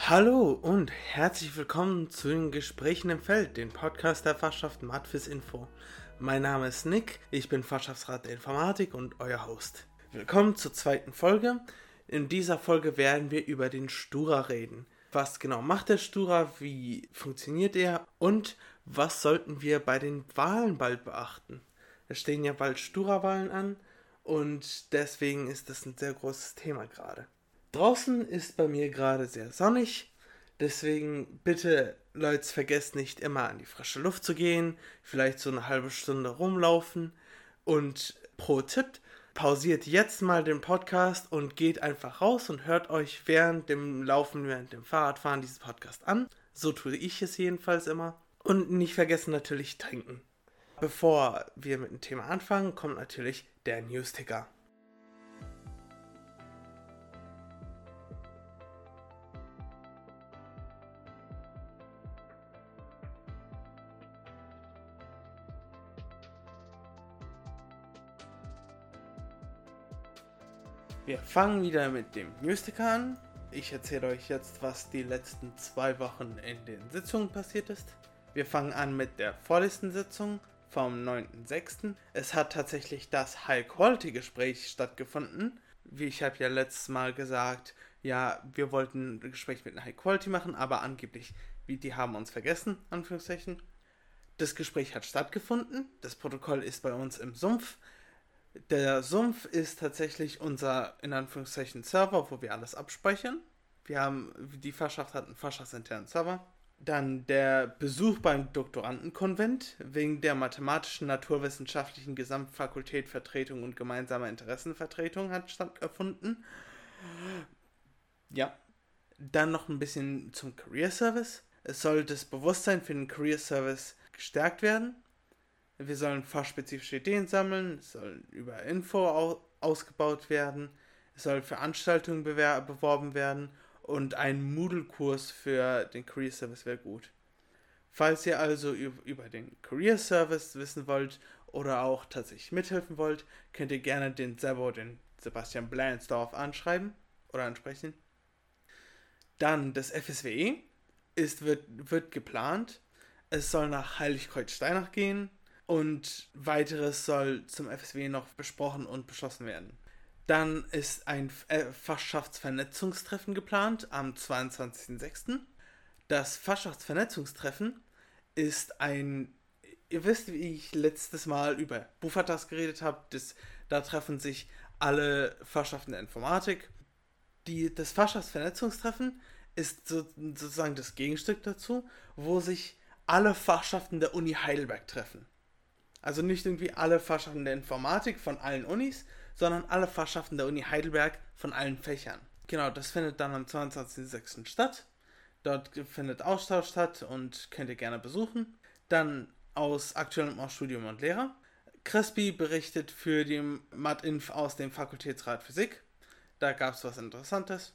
Hallo und herzlich willkommen zu den Gesprächen im Feld, dem Podcast der Fachschaft Matfis Info. Mein Name ist Nick, ich bin Fachschaftsrat der Informatik und euer Host. Willkommen zur zweiten Folge. In dieser Folge werden wir über den Stura reden. Was genau macht der Stura, wie funktioniert er und was sollten wir bei den Wahlen bald beachten? Es stehen ja bald Stura-Wahlen an und deswegen ist das ein sehr großes Thema gerade. Draußen ist bei mir gerade sehr sonnig, deswegen bitte Leute, vergesst nicht immer an die frische Luft zu gehen, vielleicht so eine halbe Stunde rumlaufen und pro Tipp, pausiert jetzt mal den Podcast und geht einfach raus und hört euch während dem Laufen, während dem Fahrradfahren diesen Podcast an. So tue ich es jedenfalls immer. Und nicht vergessen natürlich trinken. Bevor wir mit dem Thema anfangen, kommt natürlich der Newsticker. Wir fangen wieder mit dem Newsticker an. Ich erzähle euch jetzt, was die letzten 2 Wochen in den Sitzungen passiert ist. Wir fangen an mit der vorletzten Sitzung vom 9.6. Es hat tatsächlich das High-Quality-Gespräch stattgefunden. Wie ich habe ja letztes Mal gesagt, ja, wir wollten ein Gespräch mit einer High-Quality machen, aber angeblich, die haben uns vergessen, Anführungszeichen. Das Gespräch hat stattgefunden. Das Protokoll ist bei uns im Sumpf. Der Sumpf ist tatsächlich unser, in Anführungszeichen, Server, wo wir alles abspeichern. Die Fachschaft hat einen fachschaftsinternen Server. Dann der Besuch beim Doktorandenkonvent wegen der mathematischen, naturwissenschaftlichen Gesamtfakultät Vertretung und gemeinsamer Interessenvertretung hat stattgefunden. Ja. Dann noch ein bisschen zum Career Service. Es soll das Bewusstsein für den Career Service gestärkt werden. Wir sollen fachspezifische Ideen sammeln, es soll über Info ausgebaut werden, es soll Veranstaltungen beworben werden und ein Moodle-Kurs für den Career Service wäre gut. Falls ihr also über den Career Service wissen wollt oder auch tatsächlich mithelfen wollt, könnt ihr gerne den Sebastian Blansdorf anschreiben oder ansprechen. Dann das FSWE wird geplant. Es soll nach Heiligkreuz-Steinach gehen. Und weiteres soll zum FSW noch besprochen und beschlossen werden. Dann ist ein Fachschaftsvernetzungstreffen geplant am 22.06. Das Fachschaftsvernetzungstreffen ist ihr wisst, wie ich letztes Mal über Bufatas geredet habe, da treffen sich alle Fachschaften der Informatik. Das Fachschaftsvernetzungstreffen ist sozusagen das Gegenstück dazu, wo sich alle Fachschaften der Uni Heidelberg treffen. Also nicht irgendwie alle Fachschaften der Informatik von allen Unis, sondern alle Fachschaften der Uni Heidelberg von allen Fächern. Genau, das findet dann am 22.06. statt. Dort findet Austausch statt und könnt ihr gerne besuchen. Dann aus aktuellem aus Studium und Lehrer. Crespi berichtet für die MatInf aus dem Fakultätsrat Physik. Da gab es was Interessantes.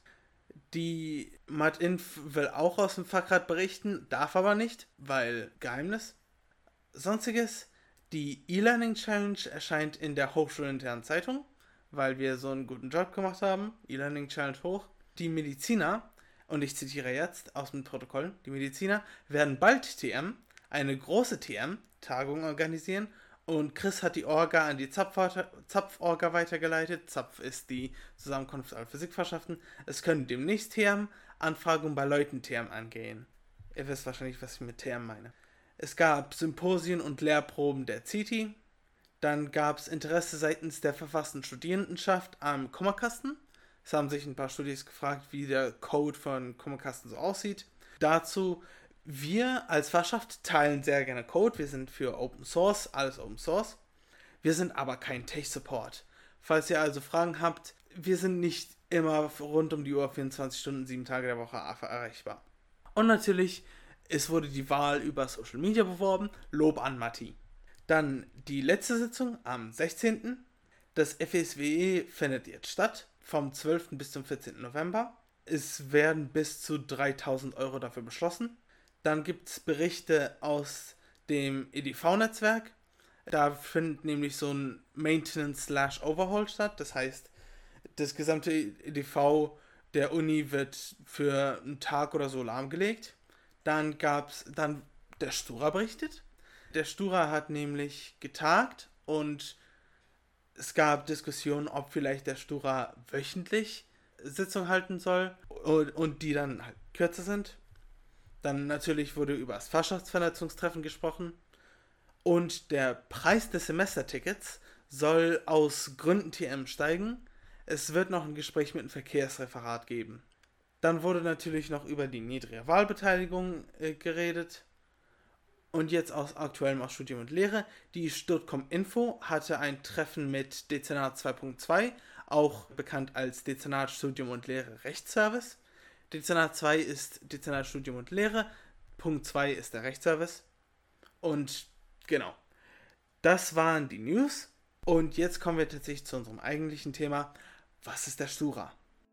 Die MatInf will auch aus dem Fachrat berichten, darf aber nicht, weil Geheimnis. Sonstiges. Die E-Learning Challenge erscheint in der hochschulinternen Zeitung, weil wir so einen guten Job gemacht haben. E-Learning Challenge hoch. Die Mediziner, und ich zitiere jetzt aus dem Protokoll, die Mediziner werden bald eine große Tagung organisieren und Chris hat die Orga an die Zapf-Orga weitergeleitet. Zapf ist die Zusammenkunft aller Physikfachschaften. Es können demnächst Anfragen bei Leuten angehen. Ihr wisst wahrscheinlich, was ich mit meine. Es gab Symposien und Lehrproben der CETI. Dann gab es Interesse seitens der verfassten Studierendenschaft am Kummerkasten. Es haben sich ein paar Studis gefragt, wie der Code von Kummerkasten so aussieht. Dazu, wir als Fachschaft teilen sehr gerne Code. Wir sind für Open Source, alles Open Source. Wir sind aber kein Tech-Support. Falls ihr also Fragen habt, wir sind nicht immer rund um die Uhr 24 Stunden, 7 Tage der Woche erreichbar. Und natürlich, es wurde die Wahl über Social Media beworben. Lob an Matti. Dann die letzte Sitzung am 16. Das FSWE findet jetzt statt, vom 12. bis zum 14. November. Es werden bis zu 3.000 Euro dafür beschlossen. Dann gibt es Berichte aus dem EDV-Netzwerk. Da findet nämlich so ein Maintenance/Overhaul statt. Das heißt, das gesamte EDV der Uni wird für einen Tag oder so lahmgelegt. Dann der Stura berichtet. Der Stura hat nämlich getagt und es gab Diskussionen, ob vielleicht der Stura wöchentlich Sitzung halten soll und die dann halt kürzer sind. Dann natürlich wurde über das Fachschaftsvernetzungstreffen gesprochen und der Preis des Semestertickets soll aus Gründen TM steigen. Es wird noch ein Gespräch mit dem Verkehrsreferat geben. Dann wurde natürlich noch über die niedrige Wahlbeteiligung geredet. Und jetzt aktuellem aus Studium und Lehre. Die Stuttcom Info hatte ein Treffen mit Dezernat 2.2, auch bekannt als Dezernat Studium und Lehre Rechtsservice. Dezernat 2 ist Dezernat Studium und Lehre, Punkt 2 ist der Rechtsservice. Und genau, das waren die News. Und jetzt kommen wir tatsächlich zu unserem eigentlichen Thema. Was ist der Stura?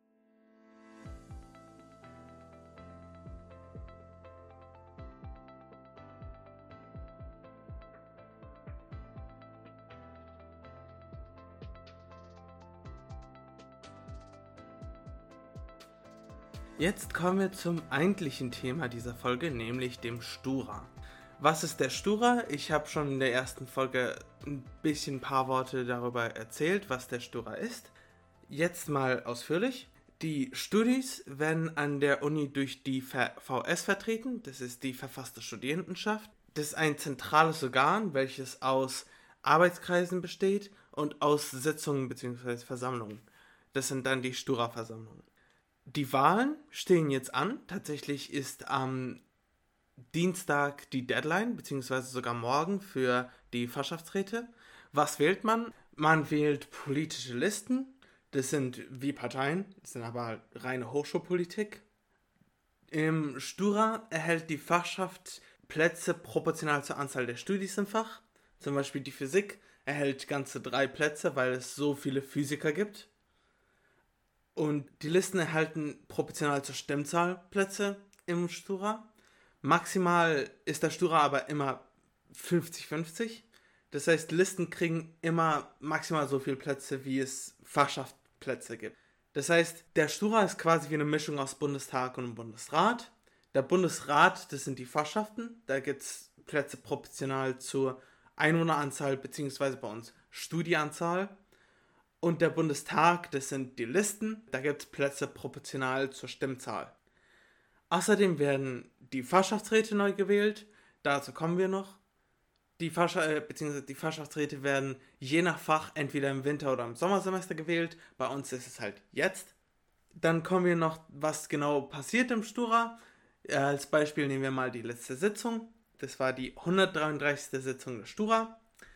Jetzt kommen wir zum eigentlichen Thema dieser Folge, nämlich dem Stura. Was ist der Stura? Ich habe schon in der ersten Folge ein paar Worte darüber erzählt, was der Stura ist. Jetzt mal ausführlich. Die Studis werden an der Uni durch die VS vertreten, das ist die verfasste Studierendenschaft. Das ist ein zentrales Organ, welches aus Arbeitskreisen besteht und aus Sitzungen bzw. Versammlungen. Das sind dann die Stura-Versammlungen. Die Wahlen stehen jetzt an. Tatsächlich ist am Dienstag die Deadline, beziehungsweise sogar morgen für die Fachschaftsräte. Was wählt man? Man wählt politische Listen. Das sind wie Parteien, das sind aber reine Hochschulpolitik. Im Stura erhält die Fachschaft Plätze proportional zur Anzahl der Studis im Fach. Zum Beispiel die Physik erhält ganze 3 Plätze, weil es so viele Physiker gibt. Und die Listen erhalten proportional zur Stimmzahl Plätze im Stura. Maximal ist der Stura aber immer 50-50. Das heißt, Listen kriegen immer maximal so viele Plätze, wie es Fachschaftsplätze gibt. Das heißt, der Stura ist quasi wie eine Mischung aus Bundestag und Bundesrat. Der Bundesrat, das sind die Fachschaften. Da gibt es Plätze proportional zur Einwohneranzahl bzw. bei uns Studieanzahl. Und der Bundestag, das sind die Listen, da gibt es Plätze proportional zur Stimmzahl. Außerdem werden die Fachschaftsräte neu gewählt, dazu kommen wir noch. Die Fachschaftsräte werden je nach Fach entweder im Winter- oder im Sommersemester gewählt, bei uns ist es halt jetzt. Dann kommen wir noch, was genau passiert im Stura. Als Beispiel nehmen wir mal die letzte Sitzung, das war die 133. Sitzung des Stura.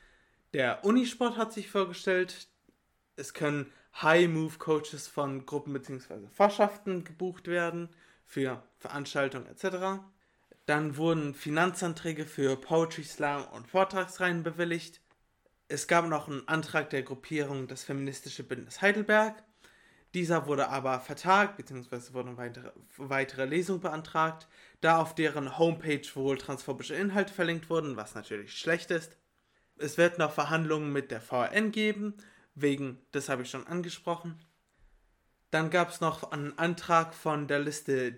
Der Unisport hat sich vorgestellt. Es können High-Move-Coaches von Gruppen bzw. Fachschaften gebucht werden für Veranstaltungen etc. Dann wurden Finanzanträge für Poetry Slam und Vortragsreihen bewilligt. Es gab noch einen Antrag der Gruppierung Das Feministische Bündnis Heidelberg. Dieser wurde aber vertagt bzw. wurden weitere Lesungen beantragt, da auf deren Homepage wohl transphobische Inhalte verlinkt wurden, was natürlich schlecht ist. Es wird noch Verhandlungen mit der VRN geben. Das habe ich schon angesprochen. Dann gab es noch einen Antrag von der Liste,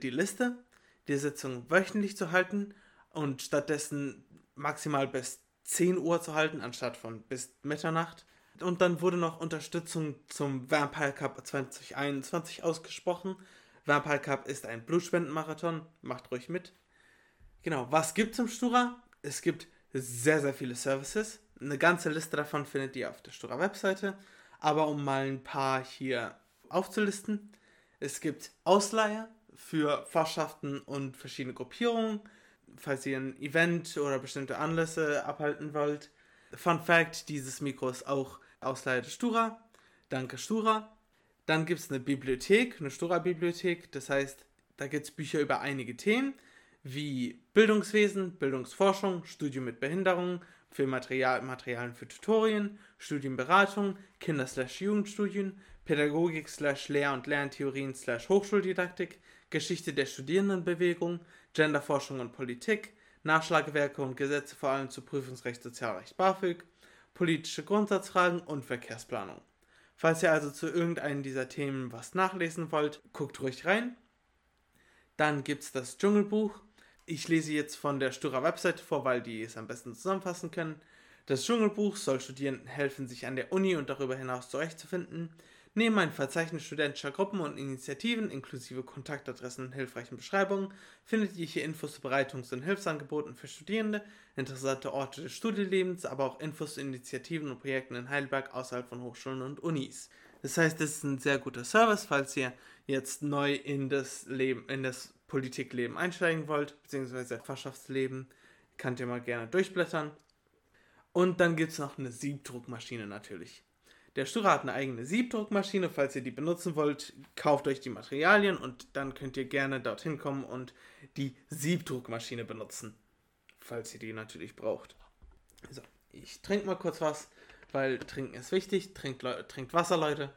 die Sitzung wöchentlich zu halten und stattdessen maximal bis 10 Uhr zu halten, anstatt von bis Mitternacht. Und dann wurde noch Unterstützung zum Vampire Cup 2021 ausgesprochen. Vampire Cup ist ein Blutspendenmarathon, macht ruhig mit. Genau, was gibt es im Stura? Es gibt sehr, sehr viele Services. Eine ganze Liste davon findet ihr auf der Stura-Webseite. Aber um mal ein paar hier aufzulisten. Es gibt Ausleihe für Fachschaften und verschiedene Gruppierungen, falls ihr ein Event oder bestimmte Anlässe abhalten wollt. Fun Fact, dieses Mikro ist auch Ausleihe des Stura. Danke Stura. Dann gibt es eine Bibliothek, eine Stura-Bibliothek. Das heißt, da gibt es Bücher über einige Themen, wie Bildungswesen, Bildungsforschung, Studium mit Behinderung, für Materialien für Tutorien, Studienberatung, Kinder/Jugendstudien, Pädagogik/Lehr- und Lerntheorien/Hochschuldidaktik, Geschichte der Studierendenbewegung, Genderforschung und Politik, Nachschlagewerke und Gesetze vor allem zu Prüfungsrecht, Sozialrecht, BAföG, politische Grundsatzfragen und Verkehrsplanung. Falls ihr also zu irgendeinem dieser Themen was nachlesen wollt, guckt ruhig rein. Dann gibt es das Dschungelbuch. Ich lese jetzt von der Stura-Webseite vor, weil die es am besten zusammenfassen können. Das Dschungelbuch soll Studierenden helfen, sich an der Uni und darüber hinaus zurechtzufinden. Neben ein Verzeichnis studentischer Gruppen und Initiativen inklusive Kontaktadressen und hilfreichen Beschreibungen findet ihr hier Infos zu Bereitungs- und Hilfsangeboten für Studierende, interessante Orte des Studienlebens, aber auch Infos zu Initiativen und Projekten in Heidelberg außerhalb von Hochschulen und Unis. Das heißt, es ist ein sehr guter Service, falls ihr jetzt neu in das Politikleben einsteigen wollt, beziehungsweise Fachschaftsleben, könnt ihr mal gerne durchblättern. Und dann gibt es noch eine Siebdruckmaschine natürlich. Der Stura hat eine eigene Siebdruckmaschine, falls ihr die benutzen wollt, kauft euch die Materialien und dann könnt ihr gerne dorthin kommen und die Siebdruckmaschine benutzen, falls ihr die natürlich braucht. So, ich trinke mal kurz was, weil Trinken ist wichtig. Trinkt Wasser, Leute.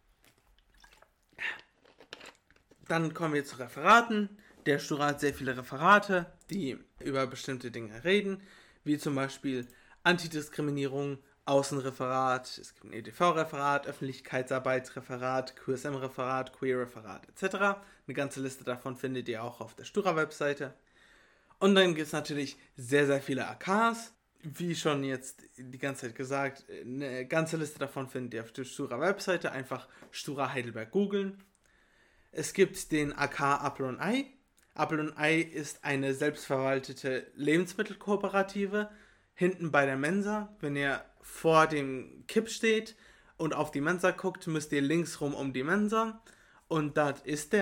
Dann kommen wir zu Referaten. Der Stura hat sehr viele Referate, die über bestimmte Dinge reden, wie zum Beispiel Antidiskriminierung, Außenreferat, es gibt ein EDV-Referat, Öffentlichkeitsarbeitsreferat, QSM-Referat, Queer-Referat etc. Eine ganze Liste davon findet ihr auch auf der Stura-Webseite. Und dann gibt es natürlich sehr, sehr viele AKs. Wie schon jetzt die ganze Zeit gesagt, eine ganze Liste davon findet ihr auf der Stura-Webseite. Einfach Stura Heidelberg googeln. Es gibt den AK Apfel und Ei. Apfel und Ei ist eine selbstverwaltete Lebensmittelkooperative. Hinten bei der Mensa, wenn ihr vor dem Kipp steht und auf die Mensa guckt, müsst ihr links rum um die Mensa. Und das ist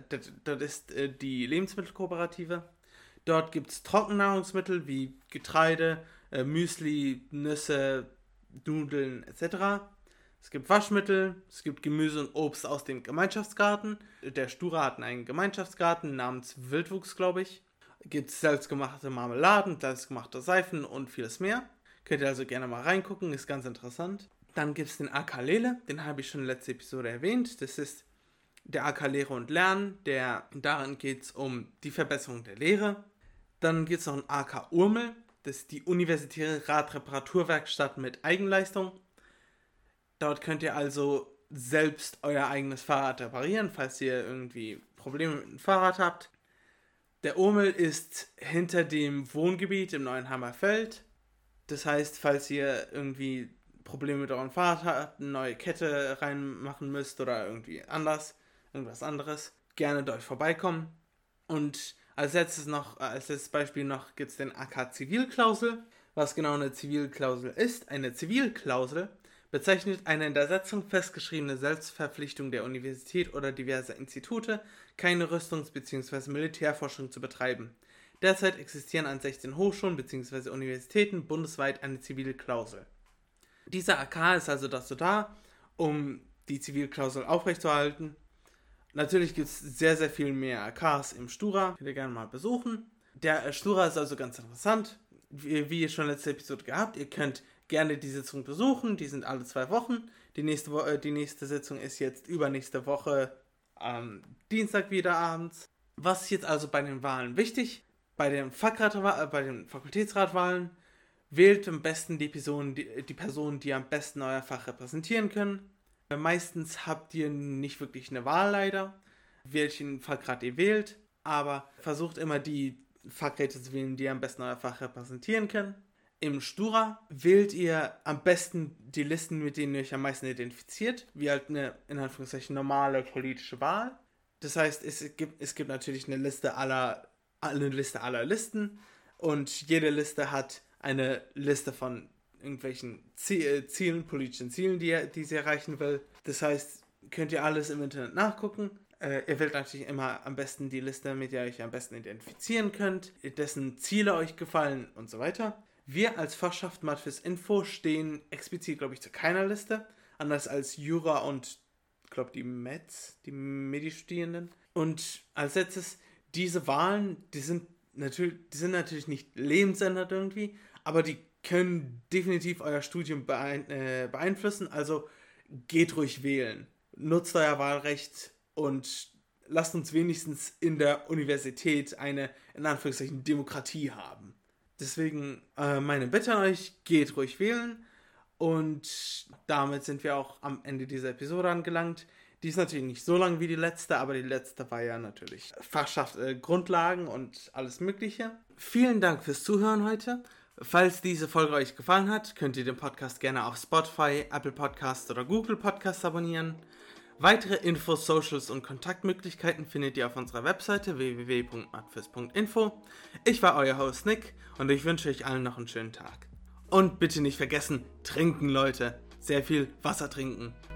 die Lebensmittelkooperative. Dort gibt es Trockennahrungsmittel wie Getreide, Müsli, Nüsse, Nudeln etc. Es gibt Waschmittel, es gibt Gemüse und Obst aus dem Gemeinschaftsgarten. Der Stura hat einen Gemeinschaftsgarten namens Wildwuchs, glaube ich. Gibt es selbstgemachte Marmeladen, selbstgemachte Seifen und vieles mehr. Könnt ihr also gerne mal reingucken, ist ganz interessant. Dann gibt es den AK Lele, den habe ich schon in der letzten Episode erwähnt. Das ist der AK Lehre und Lernen, darin geht es um die Verbesserung der Lehre. Dann gibt es noch einen AK Urmel, das ist die Universitäre Radreparaturwerkstatt mit Eigenleistung. Dort könnt ihr also selbst euer eigenes Fahrrad reparieren, falls ihr irgendwie Probleme mit dem Fahrrad habt. Der Urmel ist hinter dem Wohngebiet im Neuenheimer Feld. Das heißt, falls ihr irgendwie Probleme mit eurem Fahrrad habt, eine neue Kette reinmachen müsst oder irgendwas anderes, gerne dort vorbeikommen. Und als letztes Beispiel noch gibt es den AK Zivilklausel. Was genau eine Zivilklausel ist? Eine Zivilklausel bezeichnet eine in der Satzung festgeschriebene Selbstverpflichtung der Universität oder diverser Institute, keine Rüstungs- bzw. Militärforschung zu betreiben. Derzeit existieren an 16 Hochschulen bzw. Universitäten bundesweit eine Zivilklausel. Dieser AK ist also dazu da, um die Zivilklausel aufrechtzuerhalten. Natürlich gibt es sehr, sehr viel mehr AKs im Stura, könnt ihr gerne mal besuchen. Der Stura ist also ganz interessant, wie ihr schon letzte Episode gehabt. Ihr könnt gerne die Sitzung besuchen, die sind alle 2 Wochen. Die nächste Sitzung ist jetzt übernächste Woche am Dienstag wieder abends. Was ist jetzt also bei den Wahlen wichtig? Bei den Fakultätsratwahlen wählt am besten die Personen, die am besten euer Fach repräsentieren können. Meistens habt ihr nicht wirklich eine Wahl leider, welchen Fachrat ihr wählt, aber versucht immer die Fachräte zu wählen, die am besten euer Fach repräsentieren können. Im Stura wählt ihr am besten die Listen, mit denen ihr euch am meisten identifiziert, wie halt eine, in Anführungszeichen, normale politische Wahl. Das heißt, es gibt natürlich eine Liste aller Listen und jede Liste hat eine Liste von irgendwelchen politischen Zielen, die sie erreichen will. Das heißt, könnt ihr alles im Internet nachgucken. Ihr wählt natürlich immer am besten die Liste, mit der ihr euch am besten identifizieren könnt, dessen Ziele euch gefallen und so weiter. Wir als Fachschaft Matfis Info stehen explizit, glaube ich, zu keiner Liste, anders als Jura und, glaube die Medistudierenden. Und als letztes, diese Wahlen, die sind natürlich nicht lebensändernd irgendwie, aber die können definitiv euer Studium beeinflussen, also geht ruhig wählen. Nutzt euer Wahlrecht und lasst uns wenigstens in der Universität eine, in Anführungszeichen, Demokratie haben. Deswegen meine Bitte an euch, geht ruhig wählen Und damit sind wir auch am Ende dieser Episode angelangt. Die ist natürlich nicht so lang wie die letzte, aber die letzte war ja natürlich Fachschaft, Grundlagen und alles Mögliche. Vielen Dank fürs Zuhören heute. Falls diese Folge euch gefallen hat, könnt ihr den Podcast gerne auf Spotify, Apple Podcasts oder Google Podcasts abonnieren. Weitere Infos, Socials und Kontaktmöglichkeiten findet ihr auf unserer Webseite www.matfis.info. Ich war euer Host Nick und ich wünsche euch allen noch einen schönen Tag. Und bitte nicht vergessen, trinken Leute. Sehr viel Wasser trinken.